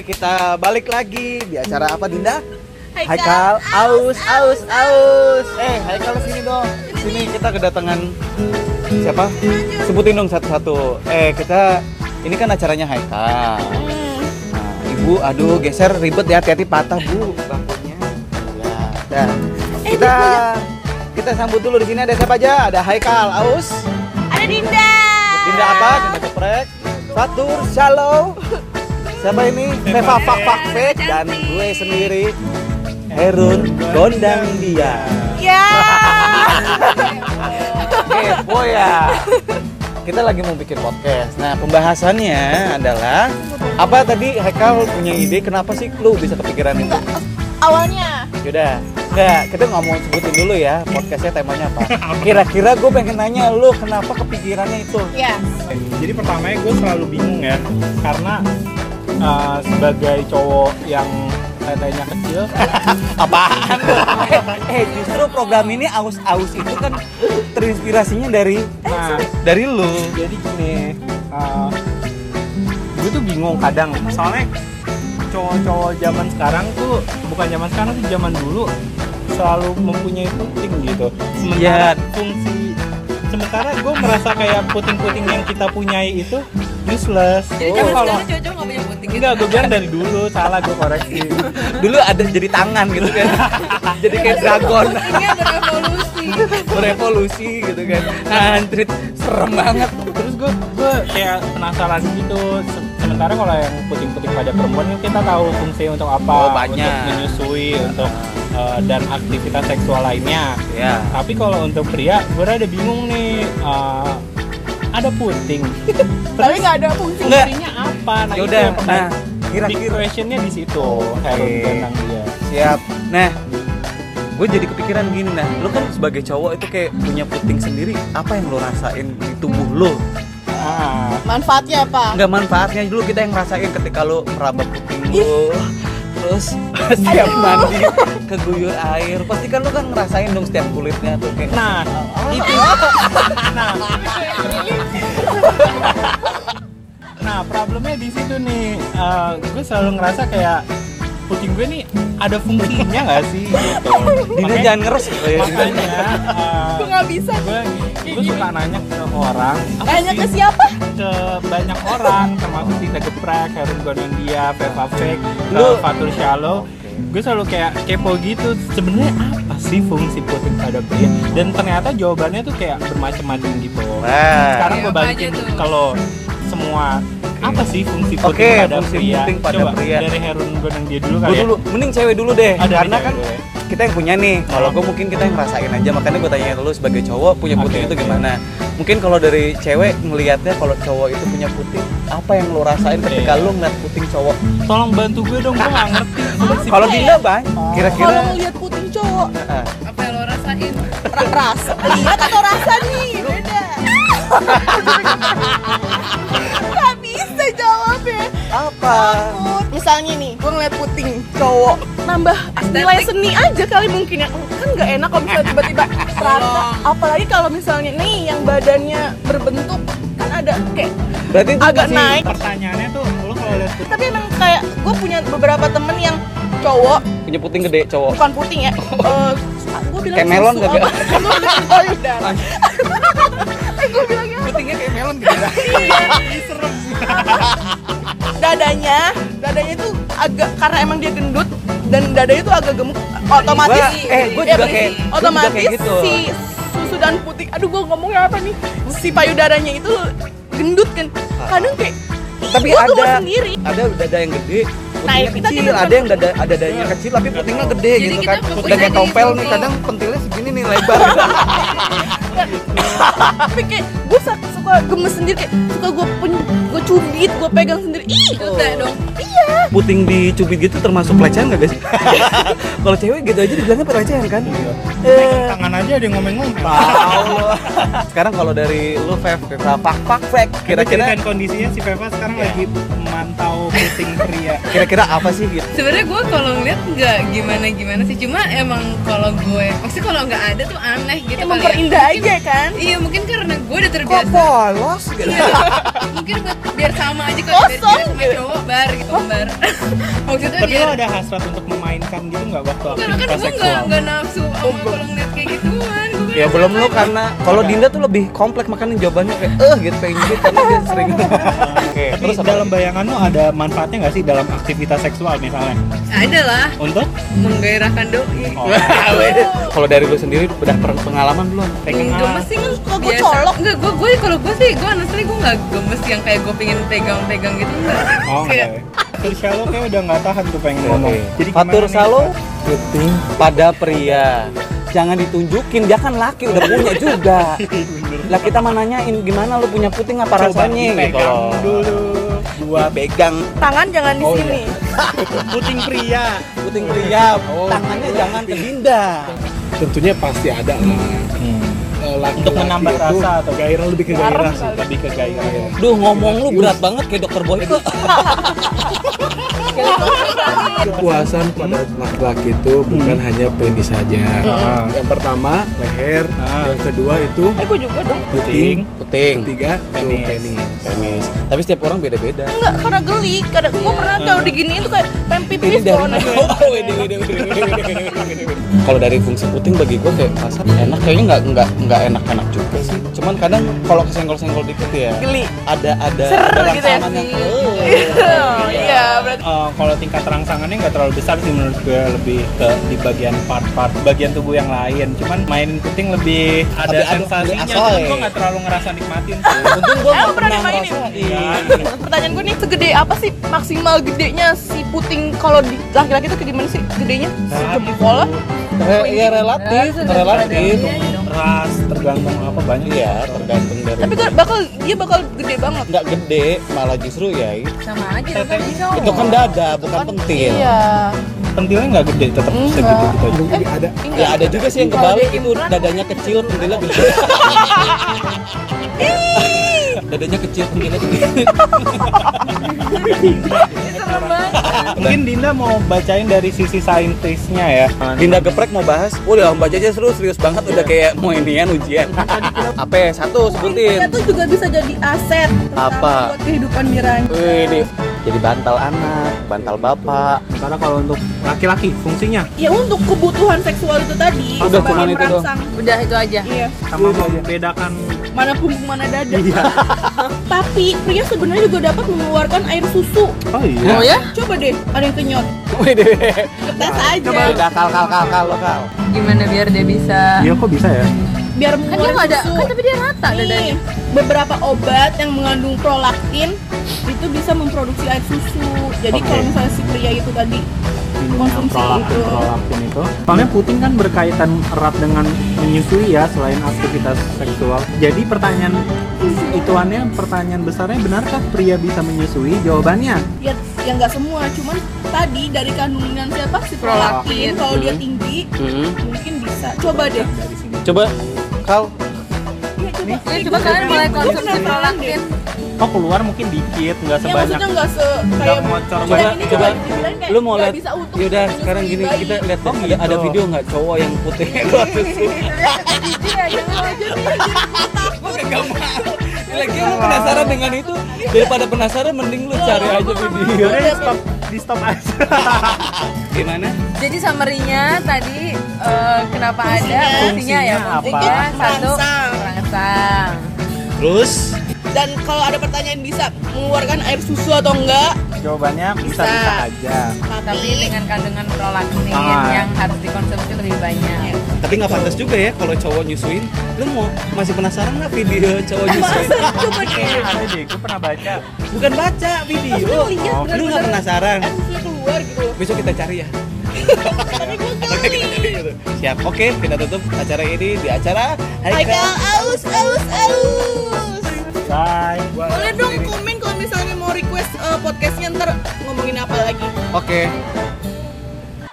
Oke, kita balik lagi di acara apa, Dinda? Haikal, aus. Haikal sini dong. Sini kita kedatangan siapa? Sebutin dong satu-satu. Kita ini kan acaranya Haikal. Nah, Ibu, aduh geser ribet ya, hati-hati patah Bu bangkunya. Ya. Kita sambut dulu. Di sini ada siapa aja? Ada Haikal, aus. Ada Dinda. Dinda apa? Dinda Geprek. Fatur, Shallow. Siapa ini? Feva Fak dan gue sendiri Herun Gondang dia. Ya. Kepo ya. Kita lagi mau bikin podcast. Nah, pembahasannya adalah apa tadi Haikal punya ide kenapa sih lu bisa kepikiran itu? Awalnya. Yaudah, kita nggak mau sebutin dulu ya podcastnya temanya apa. Kira-kira gue pengen nanya lu kenapa kepikirannya itu? Ya. Jadi pertamanya gue selalu bingung ya, karena sebagai cowok yang tetenya kecil. Apaan? Justru program ini aus itu kan terinspirasinya dari lu. Jadi gini, gue tuh bingung kadang, soalnya cowok-cowok zaman sekarang tuh bukan zaman sekarang sih, zaman dulu selalu mempunyai puting gitu. Sementara gue merasa kayak puting-puting yang kita punyai itu useless. Jadi kalau cowok nggak punya puting. Enggak, gue bilang dari dulu, salah gue koreksi. Dulu ada jadi tangan gitu kan. Jadi kayak dragon. Berevolusi gitu kan. Anjrit, serem banget. Terus gue kayak penasaran gitu. Sementara kalau yang puting-puting pada perempuan kita tahu fungsi untuk apa, banyak. untuk menyusui, untuk dan aktivitas seksual lainnya. Ya. Tapi kalau untuk pria, gue rada bingung nih. Ada puting, Tapi nggak ada fungsi. fungsinya apa? Nah, Yaudah, itu yang nah, big kira-kira questionnya di situ. Herun Gondang dia. siap. Nah, gue jadi kepikiran gini, nah, lu kan sebagai cowok itu kayak punya puting sendiri. Apa yang lu rasain di tubuh lu? Manfaatnya apa? Enggak, manfaatnya dulu kita yang ngerasain ketika lu meraba puting lu. Terus setiap mandi keguyur air, pasti kan lu kan ngerasain dong setiap kulitnya tuh kayak. Nah, itu. Nah, problemnya di situ nih. Gue selalu ngerasa kayak puting gue nih ada fungsinya nggak sih gitu. Dina jangan ngeres gitu ya. Makanya Gue nggak bisa. gue suka nanya ke orang. Nanya ke siapa? Ke banyak orang, termasuk Dinda Geprek, Herun Gondang dia, Feva Fak, Fatur Shallow. Gue selalu kayak kepo gitu, sebenarnya apa sih fungsi puting pada pria? Dan ternyata jawabannya tuh kayak bermacam-macam gitu. Sekarang gue balikin kalau semua apa sih fungsi puting pada pria? Coba dari Herun Gondang dia dulu kali. Dulu, mending cewek dulu deh. Karena kan dulu ya. kita yang punya nih. Kalau gue mungkin kita yang ngerasain aja, makanya gue tanya lu sebagai cowok punya puting itu gimana? Mungkin kalau dari cewek ngelihatnya kalau cowok itu punya puting, apa yang lo rasain ketika lu ngeliat puting cowok? Tolong bantu gue dong, gue nggak ngerti. Kalau Dinda, Bang, kira-kira Kalau ngeliat puting cowok, Apa yang lo rasain? rasa lihat atau rasa nih? Beda. Gak bisa jawabnya. apa? Misalnya nih, gue ngeliat puting cowok, nambah nilai seni aja kali mungkin ya. Kan nggak enak kalau misalnya tiba-tiba rata. Apalagi kalau misalnya nih yang badannya berbentuk kan ada kayak Berarti itu agak masih- naik. Pertanyaannya tuh, lo kalau lihat puting, Tapi emang kayak gue punya beberapa temen yang cowok, punya puting gede cowok. bukan puting ya. Gue bilang Kayak melon susu gak? apa? Oh udah. Gue bilangnya Putingnya kayak melon gitu. serem. dadanya itu agak karena emang dia gendut dan dadanya itu agak gemuk, otomatis Gua juga kayak otomatis gitu. si susu dan puting, aduh gue ngomongnya apa nih, si payudaranya itu gendut kan, kadang kayak Tapi gua gemes ada sendiri. dada yang gede, Nah, putingnya kita kecil, bukan- ada yang dadanya kecil tapi putingnya gede Jadi gitu kita kan. fokus Udah kayak aja di tompel nih, foto. kadang pentilnya segini nih lebar. Tapi kayak gue suka gemes sendiri, kayak suka gue cubit, gue pegang sendiri. Ih, Udah dong. Puting dicubit gitu termasuk pelecehan gak guys? Kalau cewek gitu aja dibilangnya pelecehan kan? Tangan aja ada yang ngomong-ngomong. Tahu lo. Sekarang kalau dari lu Feva Fak, kira-kira Ceritain kondisinya si Feva sekarang lagi memantau puting pria. kira-kira apa sih gitu? Sebenarnya gue kalau ngeliat nggak gimana sih, cuma emang kalau gue, maksudnya kalau nggak ada tuh aneh gitu. kayak kali ya. memperindah aja kan. Iya mungkin karena gue udah Kok terbiasa. polos gitu? Iya. Mungkin biar sama aja kalau biar Kosong sama gitu. cowok bar gitu. gambar. Maksudnya Tapi biar lo ada hasrat untuk memainkan gitu nggak waktu karena kan aktivitas gue seksual? nggak nafsu sama kalau ngeliat kayak gituan. Gue Ya belum lu karena kalau Dinda tuh lebih kompleks makanya jawabannya kayak gitu pengen gitu karena dia sering. Oke, Tapi terus apa dalam lagi? bayangan lo ada manfaatnya nggak sih dalam aktivitas seksual misalnya? ada lah Untuk? menggairahkan doi. Oh. Kalau dari lu sendiri udah pengalaman belum? Pegang Gemes sih kan Suka gue biasa. colok. Enggak, gue kalau gue sih gue honestly gue nggak gemes yang kayak gue pengen pegang-pegang gitu enggak. Oh enggak ya? Fatur Shallow kayak udah nggak tahan tuh pengen ngomong. Jadi Fatur gimana nih? Shallow Puting. pada pria. Jangan ditunjukin, dia kan laki udah punya juga. Lah kita mah nanyain gimana lu punya puting apa Coba rasanya gitu dipegang loh. dulu. Gua pegang Tangan jangan di Oh, sini. Puting pria. puting pria, tangannya jangan ke Dinda. Tentunya pasti ada lah. Laki-laki Untuk menambah itu rasa atau gairah, lebih ke gairah sih. lebih ke gairah ya. Duh ngomong lu berat banget kayak dokter Boy itu. Kepuasan pada laki-laki itu bukan hanya penis saja. Yang pertama leher, yang kedua itu Gue juga dong. puting, Puting, ketiga itu Penis. penis. penis. Tapi setiap orang beda-beda. Enggak, karena geli. Kadang gue pernah kalau diginiin tuh kayak pengen Ini pipis dari doang. Kalau dari fungsi puting bagi gue kayak rasa enak, kayaknya nggak enak-enak juga sih. Cuman kadang kalau kesenggol-senggol dikit ya Geli. ada Seru gitu ya? rangsangan yang Oh, iya, berarti Kalau tingkat rangsangannya nggak terlalu besar sih menurut gue, lebih ke di bagian part-part bagian tubuh yang lain. Cuman mainin puting lebih ada Lebih adu- sensasinya. lebih Cuman asoy. gue nggak terlalu ngerasa nikmatin sih. untung gue Lu nggak pernah pernah dimainin? ngerasain. pertanyaan gue nih, segede apa sih maksimal gedenya si puting kalau di laki-laki tuh kayak gimana sih gedenya? Jempol? Ya relatif, relatif. Ras tergantung apa banyak. Iya, tergantung dari. Tapi kan dia bakal gede banget. nggak gede, malah justru ya Sama aja tetap bisa. itu kan dada, bukan pentil. Iya. Pentilnya nggak gede, tetap Enggak. segitu gitu aja. Mungkin ada Ya ada juga sih yang kebalik itu dadanya kecil, pentilnya gede. Dadanya kecil, pentilnya gede. Serem banget. Mungkin Dinda mau bacain dari sisi saintisnya ya. Dinda Geprek mau bahas, udah baca aja serius banget, udah kayak mau inian ujian. Apa ya? Satu sebutin. Itu juga bisa jadi aset. terutama Apa? Buat kehidupan di ranjang. Wih, jadi bantal anak, bantal bapak. Karena kalau untuk laki-laki fungsinya Ya untuk kebutuhan seksual itu tadi. Udah, sebagai cuman itu doang. perangsang. Udah itu aja. Iya. sama membedakan Mana punggung mana dada. Iya. Tapi pria sebenarnya juga dapat mengeluarkan air susu. Oh iya. Oh ya? Coba deh, ada yang kenyot. Wih, deh. Tes aja. Udah kal lokal. Gimana biar dia bisa? Iya kok bisa ya? Biar Kan dia mengeluarkan nggak ada, susu. kan tapi dia rata dadanya. Nih, beberapa obat yang mengandung prolaktin itu bisa memproduksi air susu. Jadi Oke. kalau misalnya si pria itu tadi konsumsi itu. prolaktin itu. Soalnya puting kan berkaitan erat dengan menyusui ya selain aktivitas seksual. Jadi pertanyaan pertanyaan besarnya, benarkah pria bisa menyusui? Jawabannya Ya nggak semua, cuman tadi dari kandungan siapa si Prolaktin. prolaktin kalau dia tinggi mungkin bisa. Coba deh. Coba, Kal. Iya coba. Ya, coba kalian mulai Gua konsumsi penasaran prolaktin. deh. kok keluar mungkin dikit, nggak Ya sebanyak. maksudnya nggak Nggak kayak ngocor yang banget. ini Coba, dibilang kayak lu mau nggak lihat? bisa utuh Yaudah, menyusui sekarang gini bayi. kita lihat Oh, ada gitu. video nggak cowok yang putih keluar susu? Iya, jangan aja nih. Gue gak mau. Lagi lu penasaran dengan itu, daripada penasaran mending lu cari aja video. Yaudah, di stop aja. Gimana? Jadi summary-nya tadi kenapa ada Fungsinya. fungsinya ya? Fungsinya Fungsinya apa? satu Merangsang. merangsang. Terus Dan kalau ada pertanyaan bisa mengeluarkan air susu atau enggak, Jawabannya bisa aja. Tapi dengan kandungan prolaktin Ah. yang harus dikonsumsi lebih banyak. tapi nggak pantas juga ya kalau cowok nyusuin. Lu masih penasaran nggak video cowok nyusuin? coba deh. Ada deh, gue pernah baca. Bukan baca video. Maksudnya lihat Lu nggak bener-bener penasaran? air susunya keluar gitu. Besok kita cari ya. Tapi gue Oke, kita cari gitu. Siap. Oke, kita tutup acara ini di acara Haikal aus. Bye. Boleh dong komen kalau misalnya mau request podcastnya ntar ngomongin apa lagi. Oke.